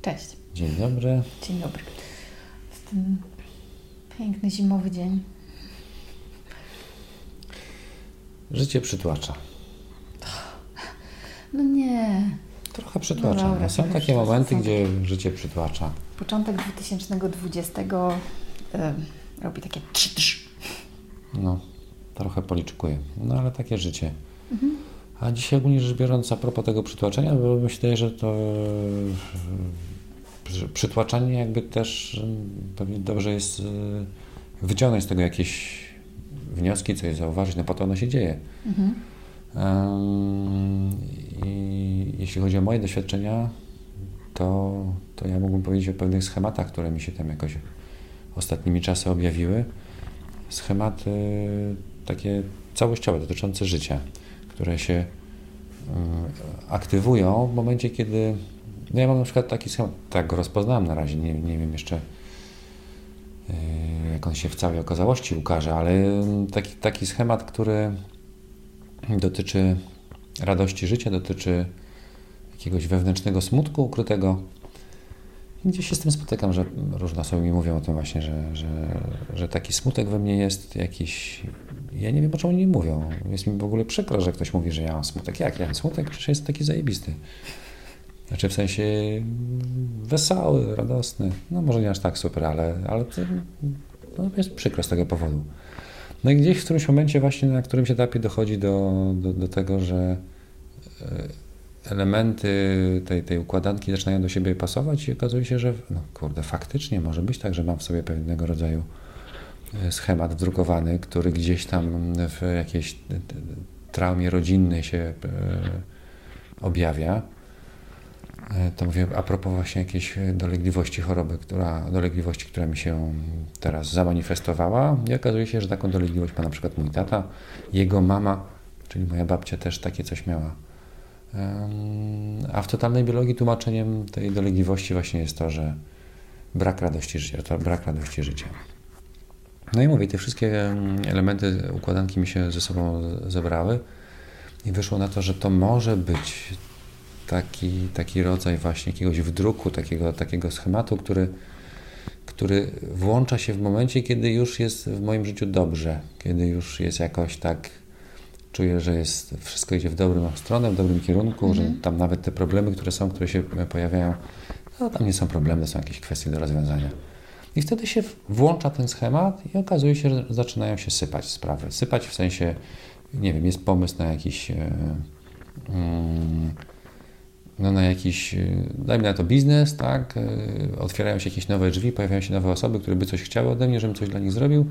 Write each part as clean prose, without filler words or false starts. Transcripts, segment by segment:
Cześć. Dzień dobry. Dzień dobry. Jest ten piękny zimowy dzień. Życie przytłacza. No nie. Trochę przytłacza. No dobra, Są takie momenty, gdzie życie przytłacza. Początek 2020 robi takie trz. No, trochę policzkuje. No ale takie życie. A dzisiaj ogólnie rzecz biorąc, a propos tego przytłaczenia, bo myślę, że to przytłaczanie jakby też pewnie dobrze jest wyciągnąć z tego jakieś wnioski, coś zauważyć, no po to ono się dzieje. I jeśli chodzi o moje doświadczenia, to ja mógłbym powiedzieć o pewnych schematach, które mi się tam jakoś ostatnimi czasy objawiły. Schematy takie całościowe, dotyczące życia, które się aktywują w momencie, kiedy... No ja mam na przykład taki schemat, tak go rozpoznałem na razie, nie wiem jeszcze jak on się w całej okazałości ukaże, ale taki schemat, który dotyczy radości życia, dotyczy jakiegoś wewnętrznego smutku ukrytego. I gdzieś się z tym spotykam, że różne osoby mi mówią o tym właśnie, że taki smutek we mnie jest jakiś... Ja nie wiem, o czym oni mówią. Jest mi w ogóle przykro, że ktoś mówi, że ja mam smutek. Jak ja mam smutek? Przecież jest taki zajebisty. Znaczy w sensie wesoły, radosny. No może nie aż tak super, ale to jest przykro z tego powodu. No i gdzieś w którymś momencie właśnie na którymś etapie dochodzi do tego, że elementy tej układanki zaczynają do siebie pasować i okazuje się, że faktycznie może być tak, że mam w sobie pewnego rodzaju schemat wdrukowany, który gdzieś tam w jakiejś traumie rodzinnej się objawia. To mówię a propos właśnie jakiejś dolegliwości choroby, która mi się teraz zamanifestowała i okazuje się, że taką dolegliwość ma na przykład mój tata, jego mama, czyli moja babcia też takie coś miała. A w totalnej biologii tłumaczeniem tej dolegliwości właśnie jest to, że brak radości życia. No i mówię, te wszystkie elementy układanki mi się ze sobą zebrały i wyszło na to, że to może być taki rodzaj właśnie jakiegoś wdruku, takiego schematu, który włącza się w momencie, kiedy już jest w moim życiu dobrze, kiedy już jest jakoś tak, czuję, że wszystko idzie w dobrą stronę, w dobrym kierunku, że tam nawet te problemy, które się pojawiają, no tam nie są problemy, to są jakieś kwestie do rozwiązania. I wtedy się włącza ten schemat i okazuje się, że zaczynają się sypać sprawy. Sypać w sensie, nie wiem, jest pomysł na jakiś dajmy na to biznes, tak? Otwierają się jakieś nowe drzwi, pojawiają się nowe osoby, które by coś chciały ode mnie, żebym coś dla nich zrobił.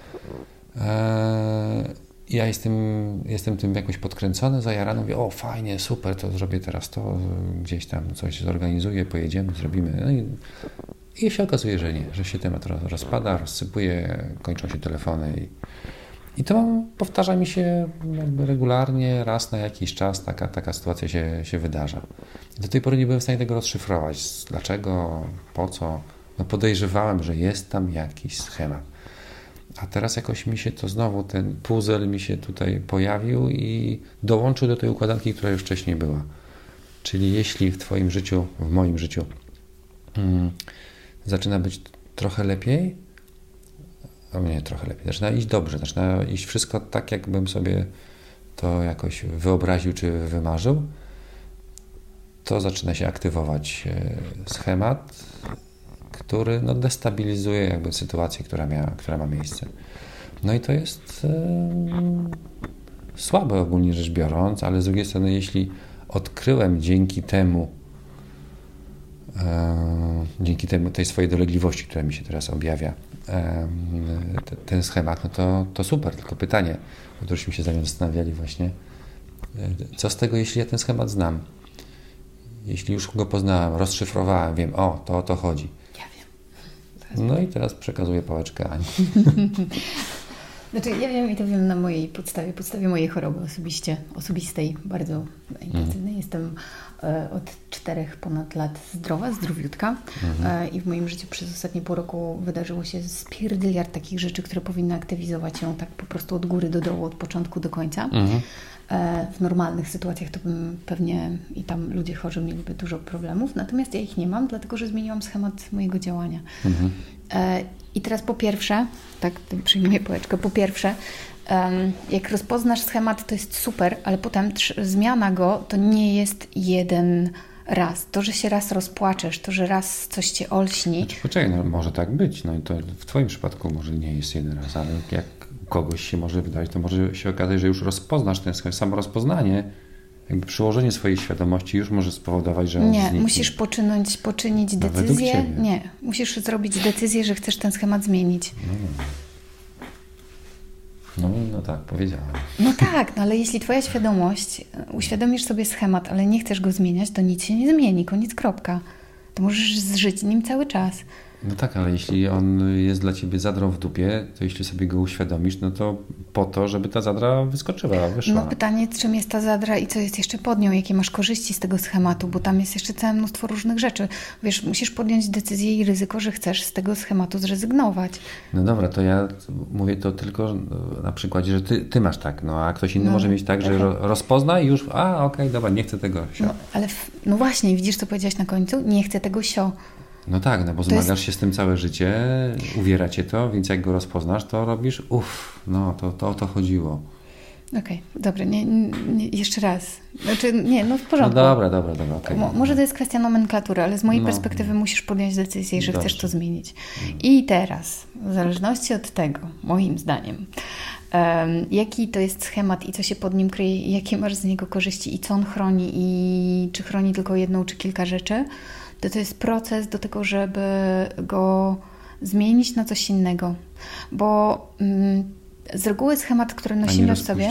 Ja jestem tym jakoś podkręcony, zajarany, mówię, o fajnie, super, to zrobię teraz to, gdzieś tam coś zorganizuję, pojedziemy, zrobimy. No i się okazuje, że nie, że się temat rozpada, rozsypuje, kończą się telefony i to powtarza mi się jakby regularnie, raz na jakiś czas taka sytuacja się wydarza. Do tej pory nie byłem w stanie tego rozszyfrować. Dlaczego, po co? No podejrzewałem, że jest tam jakiś schemat. A teraz jakoś mi się to znowu, ten puzzle mi się tutaj pojawił i dołączył do tej układanki, która już wcześniej była. Czyli jeśli w Twoim życiu, w moim życiu zaczyna być trochę lepiej, zaczyna iść dobrze, zaczyna iść wszystko tak, jakbym sobie to jakoś wyobraził czy wymarzył, to zaczyna się aktywować schemat, który destabilizuje jakby sytuację, która ma miejsce. No i to jest słabe ogólnie rzecz biorąc, ale z drugiej strony, jeśli odkryłem dzięki temu tej swojej dolegliwości, która mi się teraz objawia, ten schemat, no to super, tylko pytanie, o którymśmy się zastanawiali właśnie, co z tego, jeśli ja ten schemat znam? Jeśli już go poznałem, rozszyfrowałem, wiem, to o to chodzi. Ja wiem. No i teraz przekazuję pałeczkę Ani. Znaczy, ja wiem i to wiem na mojej podstawie mojej choroby osobistej, bardzo intensywnej. Jestem od 4 ponad lat zdrowiutka i w moim życiu przez ostatnie pół roku wydarzyło się spierdyliard takich rzeczy, które powinny aktywizować ją tak po prostu od góry do dołu, od początku do końca. W normalnych sytuacjach to bym pewnie i tam ludzie chorzy mieliby dużo problemów, natomiast ja ich nie mam, dlatego że zmieniłam schemat mojego działania. I teraz po pierwsze, tak, przyjmuję pałeczkę, po pierwsze, jak rozpoznasz schemat, to jest super, ale potem zmiana go to nie jest jeden raz. To, że się raz rozpłaczesz, to, że raz coś cię olśni. Znaczy, poczekaj, no może tak być. No i to w twoim przypadku może nie jest jeden raz, ale jak kogoś się może wydawać, to może się okazać, że już rozpoznasz ten schemat. Samo rozpoznanie, jakby przyłożenie swojej świadomości już może spowodować, że on nie, zniknie. musisz poczynić decyzję. Nie, musisz zrobić decyzję, że chcesz ten schemat zmienić. No tak, powiedziałem. No tak, no ale jeśli twoja świadomość, uświadomisz sobie schemat, ale nie chcesz go zmieniać, to nic się nie zmieni, koniec, kropka. To możesz żyć nim cały czas. No tak, ale jeśli on jest dla ciebie zadrą w dupie, to jeśli sobie go uświadomisz, no to po to, żeby ta zadra wyskoczyła, wyszła. No pytanie, czym jest ta zadra i co jest jeszcze pod nią, jakie masz korzyści z tego schematu, bo tam jest jeszcze całe mnóstwo różnych rzeczy. Wiesz, musisz podjąć decyzję i ryzyko, że chcesz z tego schematu zrezygnować. No dobra, to ja mówię to tylko na przykładzie, że ty masz tak, no a ktoś inny może mieć tak, że rozpozna i już, okej, dobra, nie chcę tego sio. No, ale no właśnie, widzisz, co powiedziałaś na końcu? Nie chcę tego sio. No tak, no bo zmagasz się z tym całe życie, uwiera cię to, więc jak go rozpoznasz, to robisz no to o to chodziło. Okej, dobra, nie, jeszcze raz. Znaczy, nie, no w porządku. No dobra, okej. Może to jest kwestia nomenklatury, ale z mojej perspektywy musisz podjąć decyzję, że chcesz to zmienić. I teraz, w zależności od tego, moim zdaniem, jaki to jest schemat i co się pod nim kryje i jakie masz z niego korzyści i co on chroni i czy chroni tylko jedną czy kilka rzeczy, to jest proces do tego, żeby go zmienić na coś innego. Bo z reguły schemat, który nosimy w sobie...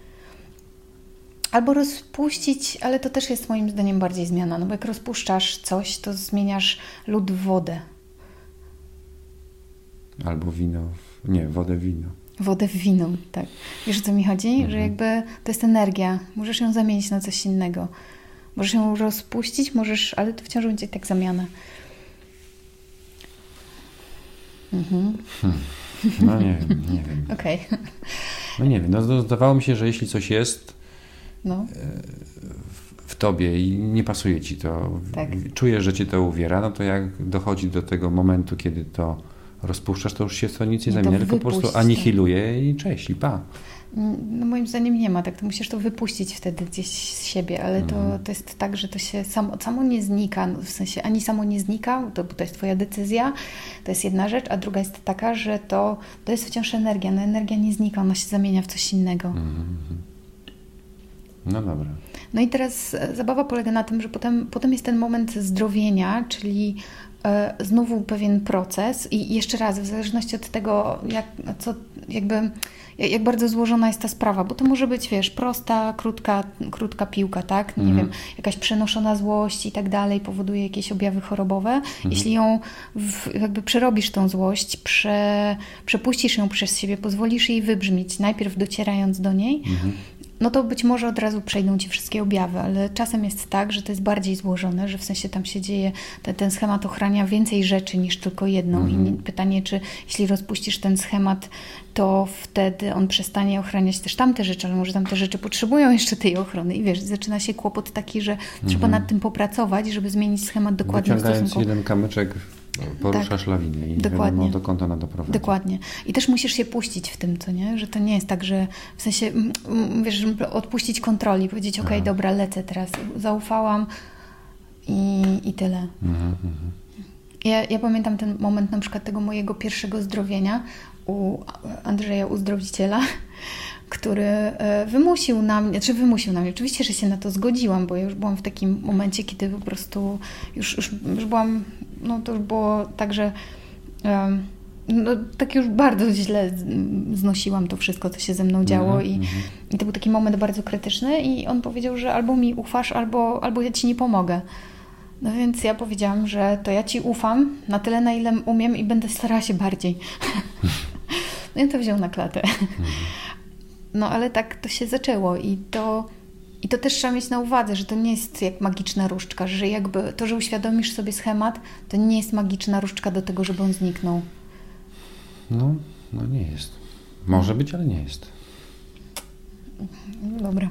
Albo rozpuścić, ale to też jest moim zdaniem bardziej zmiana. No bo jak rozpuszczasz coś, to zmieniasz lód w wodę. Albo wodę w wino. Wodę w wino, tak. Wiesz, o co mi chodzi? Że jakby to jest energia. Możesz ją zamienić na coś innego. Możesz ją rozpuścić, ale to wciąż będzie tak zamiana. No nie wiem. Okej. No nie wiem, no zdawało mi się, że jeśli coś jest w tobie i nie pasuje ci to, czujesz, że cię to uwiera, no to jak dochodzi do tego momentu, kiedy to rozpuszczasz, to już się to nic nie zamienia, tylko po prostu anihiluje i cześć, i pa. No moim zdaniem nie ma tak, to musisz to wypuścić wtedy gdzieś z siebie, ale to jest tak, że to się samo nie znika, w sensie ani samo nie znika, bo to jest twoja decyzja, to jest jedna rzecz, a druga jest taka, że to jest wciąż energia, no energia nie znika, ona się zamienia w coś innego. No dobra. No i teraz zabawa polega na tym, że potem jest ten moment zdrowienia, czyli znowu pewien proces i jeszcze raz, w zależności od tego, jak bardzo złożona jest ta sprawa, bo to może być, wiesz, prosta, krótka piłka, tak? Nie wiem, jakaś przenoszona złość i tak dalej, powoduje jakieś objawy chorobowe. Jeśli ją jakby przerobisz tą złość, przepuścisz ją przez siebie, pozwolisz jej wybrzmieć, najpierw docierając do niej, no to być może od razu przejdą ci wszystkie objawy, ale czasem jest tak, że to jest bardziej złożone, że w sensie tam się dzieje, ten schemat ochrania więcej rzeczy niż tylko jedną. I pytanie, czy jeśli rozpuścisz ten schemat, to wtedy on przestanie ochraniać też tamte rzeczy, ale może tamte rzeczy potrzebują jeszcze tej ochrony. I wiesz, zaczyna się kłopot taki, że trzeba nad tym popracować, żeby zmienić schemat dokładnie w stosunku... jeden kamyczek poruszasz lawinę i dokładnie. Nie wiadomo, dokąd ona doprowadzi. Dokładnie. I też musisz się puścić w tym, co nie? Że to nie jest tak, że w sensie, wiesz, żeby odpuścić kontroli, powiedzieć, okej, dobra, lecę teraz, zaufałam i tyle. Ja pamiętam ten moment na przykład tego mojego pierwszego zdrowienia u Andrzeja Uzdrowiciela, który wymusił na mnie, oczywiście, że się na to zgodziłam, bo ja już byłam w takim momencie, kiedy po prostu już byłam, no to już było tak, że tak już bardzo źle znosiłam to wszystko, co się ze mną działo i to był taki moment bardzo krytyczny i on powiedział, że albo mi ufasz, albo ja ci nie pomogę. No więc ja powiedziałam, że to ja ci ufam na tyle, na ile umiem i będę starała się bardziej. No i to wziął na klatę. No ale tak to się zaczęło i to też trzeba mieć na uwadze, że to nie jest jak magiczna różdżka, że jakby to, że uświadomisz sobie schemat, to nie jest magiczna różdżka do tego, żeby on zniknął. No nie jest. Może być, ale nie jest. Dobra.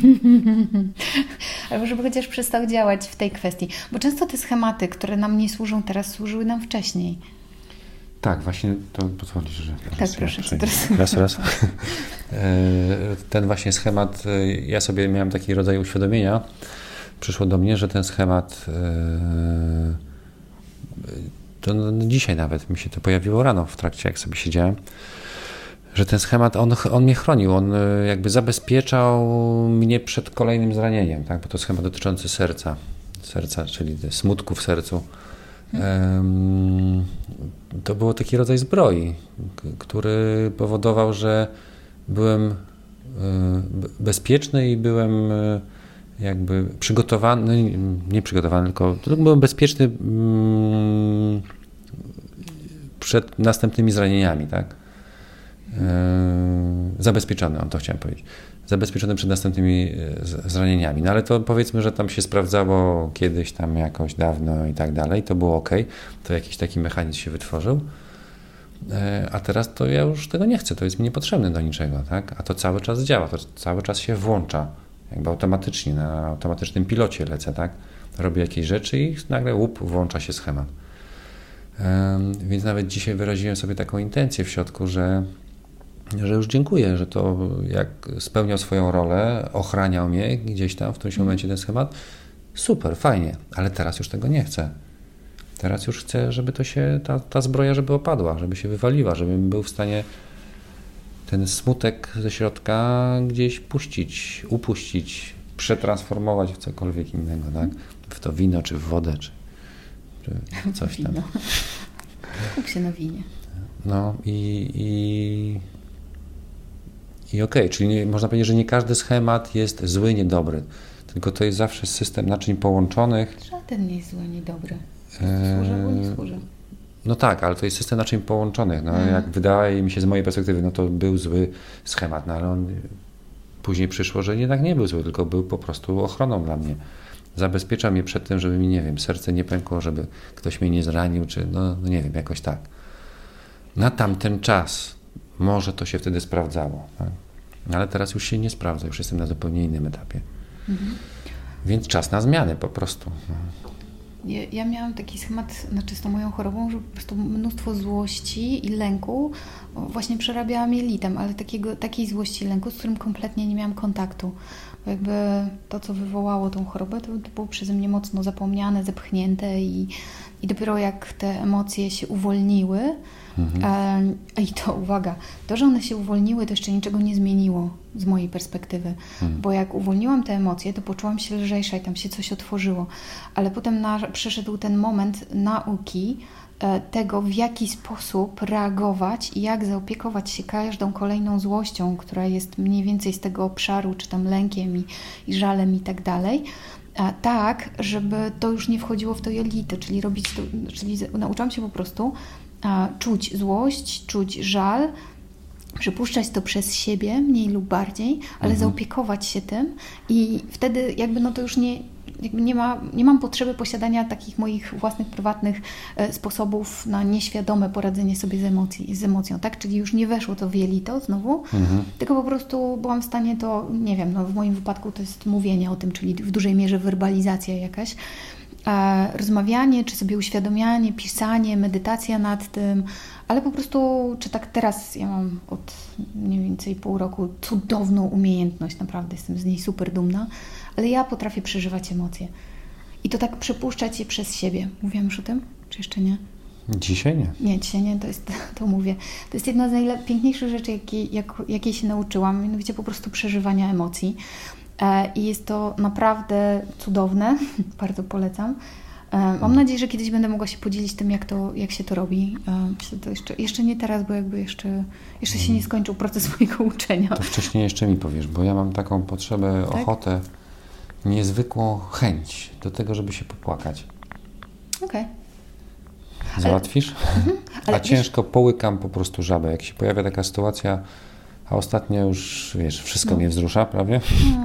Albo żeby chociaż przestał działać w tej kwestii. Bo często te schematy, które nam nie służą teraz, służyły nam wcześniej. Tak, właśnie to pozwolisz, że... Tak, proszę. Raz. Ten właśnie schemat, ja sobie miałem taki rodzaj uświadomienia, przyszło do mnie, że ten schemat, to dzisiaj nawet mi się to pojawiło rano w trakcie, jak sobie siedziałem, że ten schemat, on mnie chronił, on jakby zabezpieczał mnie przed kolejnym zranieniem, tak? Bo to schemat dotyczący serca, czyli smutku w sercu. To był taki rodzaj zbroi, który powodował, że byłem bezpieczny i byłem jakby przygotowany, nie przygotowany, tylko byłem bezpieczny przed następnymi zranieniami, tak? Zabezpieczony, to chciałem powiedzieć. Zabezpieczony przed następnymi zranieniami. No ale to powiedzmy, że tam się sprawdzało kiedyś tam jakoś dawno i tak dalej, to było ok, to jakiś taki mechanizm się wytworzył, a teraz to ja już tego nie chcę, to jest mi niepotrzebne do niczego, tak? A to cały czas działa, to cały czas się włącza, jakby automatycznie, na automatycznym pilocie lecę, tak? Robię jakieś rzeczy i nagle włącza się schemat. Więc nawet dzisiaj wyraziłem sobie taką intencję w środku, że już dziękuję, że to jak spełniał swoją rolę, ochraniał mnie gdzieś tam w którymś momencie ten schemat, super, fajnie, ale teraz już tego nie chcę. Teraz już chcę, żeby to się, ta zbroja, żeby opadła, żeby się wywaliła, żebym był w stanie ten smutek ze środka gdzieś upuścić, przetransformować w cokolwiek innego, tak? W to wino, czy w wodę, czy coś tam. Kup się na winie. No i okej, czyli można powiedzieć, że nie każdy schemat jest zły, niedobry, tylko to jest zawsze system naczyń połączonych. Żaden nie jest zły, niedobry. Służy albo nie służy. No tak, ale to jest system naczyń połączonych. No, jak wydaje mi się z mojej perspektywy, no to był zły schemat, no ale on później przyszło, że jednak nie był zły, tylko był po prostu ochroną dla mnie. Zabezpiecza mnie przed tym, żeby mi, nie wiem, serce nie pękło, żeby ktoś mnie nie zranił, czy no nie wiem, jakoś tak. Na tamten czas może to się wtedy sprawdzało, tak? Ale teraz już się nie sprawdza, już jestem na zupełnie innym etapie. Więc czas na zmiany po prostu. Ja miałam taki schemat na czysto moją chorobą, że po prostu mnóstwo złości i lęku właśnie przerabiałam jelitem, ale takiej złości i lęku, z którym kompletnie nie miałam kontaktu. Bo jakby to, co wywołało tą chorobę, to było przeze mnie mocno zapomniane, zepchnięte i dopiero jak te emocje się uwolniły, i to uwaga, to, że one się uwolniły, to jeszcze niczego nie zmieniło z mojej perspektywy, bo jak uwolniłam te emocje, to poczułam się lżejsza i tam się coś otworzyło, ale potem przyszedł ten moment nauki tego, w jaki sposób reagować i jak zaopiekować się każdą kolejną złością, która jest mniej więcej z tego obszaru, czy tam lękiem i żalem i tak dalej, tak, żeby to już nie wchodziło w to jelito, czyli nauczyłam się po prostu czuć złość, czuć żal, przepuszczać to przez siebie, mniej lub bardziej, ale zaopiekować się tym i wtedy jakby no to już nie mam potrzeby posiadania takich moich własnych, prywatnych sposobów na nieświadome poradzenie sobie z emocją, tak? Czyli już nie weszło to w jelito znowu, tylko po prostu byłam w stanie to, nie wiem, no w moim wypadku to jest mówienie o tym, czyli w dużej mierze werbalizacja jakaś, rozmawianie, czy sobie uświadomianie, pisanie, medytacja nad tym, ale po prostu, czy tak teraz, ja mam od mniej więcej pół roku cudowną umiejętność, naprawdę jestem z niej super dumna, ale ja potrafię przeżywać emocje. I to tak przepuszczać je przez siebie. Mówiłam już o tym? Czy jeszcze nie? Dzisiaj nie. Nie, dzisiaj nie, to mówię. To jest jedna z najpiękniejszych rzeczy, jakiej się nauczyłam, mianowicie po prostu przeżywania emocji. I jest to naprawdę cudowne, bardzo polecam. Mam nadzieję, że kiedyś będę mogła się podzielić tym, jak się to robi. Myślę, to jeszcze nie teraz, bo jakby jeszcze się nie skończył proces mojego uczenia. To wcześniej jeszcze mi powiesz, bo ja mam taką potrzebę, tak? Ochotę, niezwykłą chęć do tego, żeby się popłakać. Okej. Załatwisz? A ciężko połykam po prostu żabę. Jak się pojawia taka sytuacja, a ostatnio już, wiesz, wszystko mnie wzrusza prawie.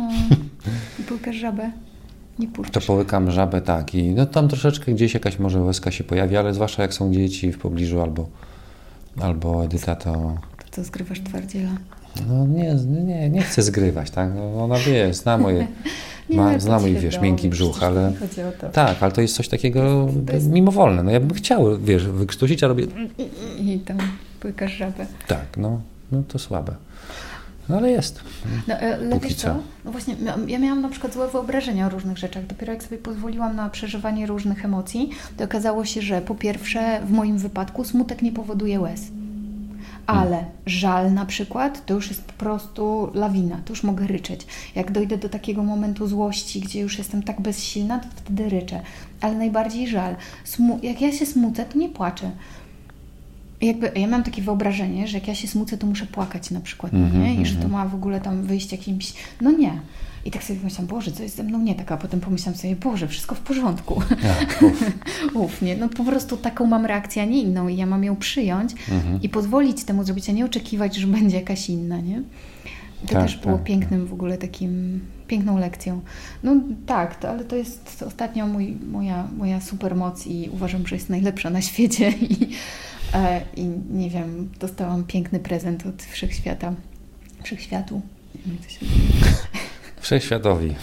Połykasz żabę? Nie puszczasz. To połykam żabę, tak. I no tam troszeczkę gdzieś jakaś może łezka się pojawi, ale zwłaszcza jak są dzieci w pobliżu albo Edyta, to... To co, zgrywasz twardziela? No nie chcę zgrywać, tak? No, ona wie, zna moje, zna mój, miękki brzuch, ale tak, ale to jest coś takiego mimowolne. No ja bym chciał, wykrztusić, a robię... I tam płykasz żabę. Tak, no to słabe. No ale jest. No, ale wiesz co? No właśnie, ja miałam na przykład złe wyobrażenia o różnych rzeczach. Dopiero jak sobie pozwoliłam na przeżywanie różnych emocji, to okazało się, że po pierwsze w moim wypadku smutek nie powoduje łez. Ale żal na przykład, to już jest po prostu lawina, to już mogę ryczeć. Jak dojdę do takiego momentu złości, gdzie już jestem tak bezsilna, to wtedy ryczę. Ale najbardziej żal. Jak ja się smucę, to nie płaczę. Ja mam takie wyobrażenie, że jak ja się smucę, to muszę płakać na przykład, nie? I że to ma w ogóle tam wyjść jakimś... No nie. I tak sobie pomyślałam, Boże, co jest ze mną nie tak, a potem pomyślałam sobie, Boże, wszystko w porządku. Nie? No po prostu taką mam reakcję, a nie inną i ja mam ją przyjąć i pozwolić temu zrobić, a nie oczekiwać, że będzie jakaś inna, nie? To też było pięknym w ogóle piękną lekcją. No tak, ale to jest ostatnio moja supermoc i uważam, że jest najlepsza na świecie i nie wiem, dostałam piękny prezent od wszechświatu. Wszechświatowi.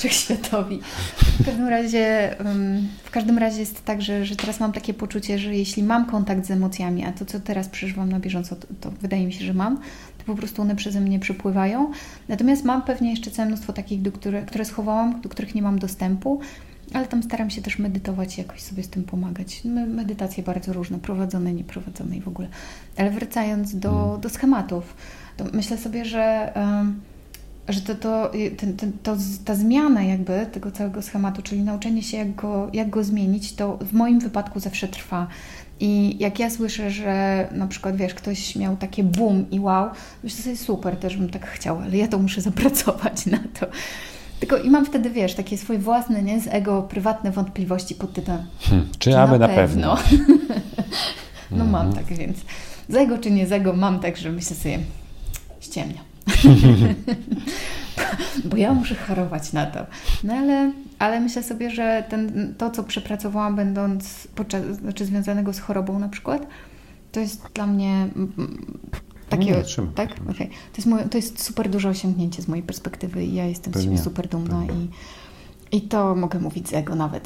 W każdym razie jest tak, że teraz mam takie poczucie, że jeśli mam kontakt z emocjami, a to, co teraz przeżywam na bieżąco, to wydaje mi się, że mam, to po prostu one przeze mnie przepływają. Natomiast mam pewnie jeszcze całe mnóstwo takich, które schowałam, do których nie mam dostępu, ale tam staram się też medytować i jakoś sobie z tym pomagać. Medytacje bardzo różne, prowadzone, nieprowadzone i w ogóle. Ale wracając do schematów, to myślę sobie, że ta zmiana jakby tego całego schematu, czyli nauczenie się jak go zmienić, to w moim wypadku zawsze trwa. I jak ja słyszę, że na przykład, ktoś miał takie boom i wow, myślę sobie super, też bym tak chciała, ale ja to muszę zapracować na to. Tylko i mam wtedy, takie swoje własne, z ego, prywatne wątpliwości pod tytułem czy aby na pewno? No mam tak, więc z ego czy nie z ego mam tak, że myślę sobie, ściemnia. Bo ja muszę harować na to. No ale myślę sobie, że to, co przepracowałam będąc związanego z chorobą na przykład, to jest dla mnie takie... tak? Okay. To jest super duże osiągnięcie z mojej perspektywy i ja jestem z siebie super dumna i to mogę mówić z ego nawet.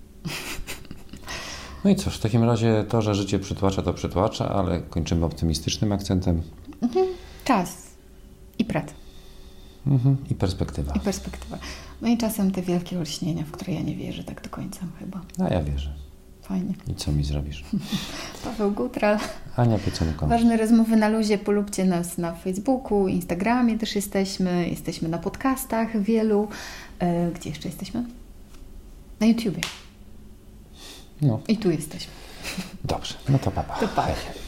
No i cóż, w takim razie to, że życie przytłacza, to przytłacza, ale kończymy optymistycznym akcentem. Czas i praca. I perspektywa. No i czasem te wielkie olśnienia, w które ja nie wierzę tak do końca chyba. A ja wierzę. Fajnie. I co mi zrobisz? Paweł Gutral. Ania Pieconko. Ważne rozmowy na luzie. Polubcie nas na Facebooku, Instagramie też jesteśmy. Jesteśmy na podcastach wielu. Gdzie jeszcze jesteśmy? Na YouTubie. No. I tu jesteśmy. Dobrze. No to pa. To pa.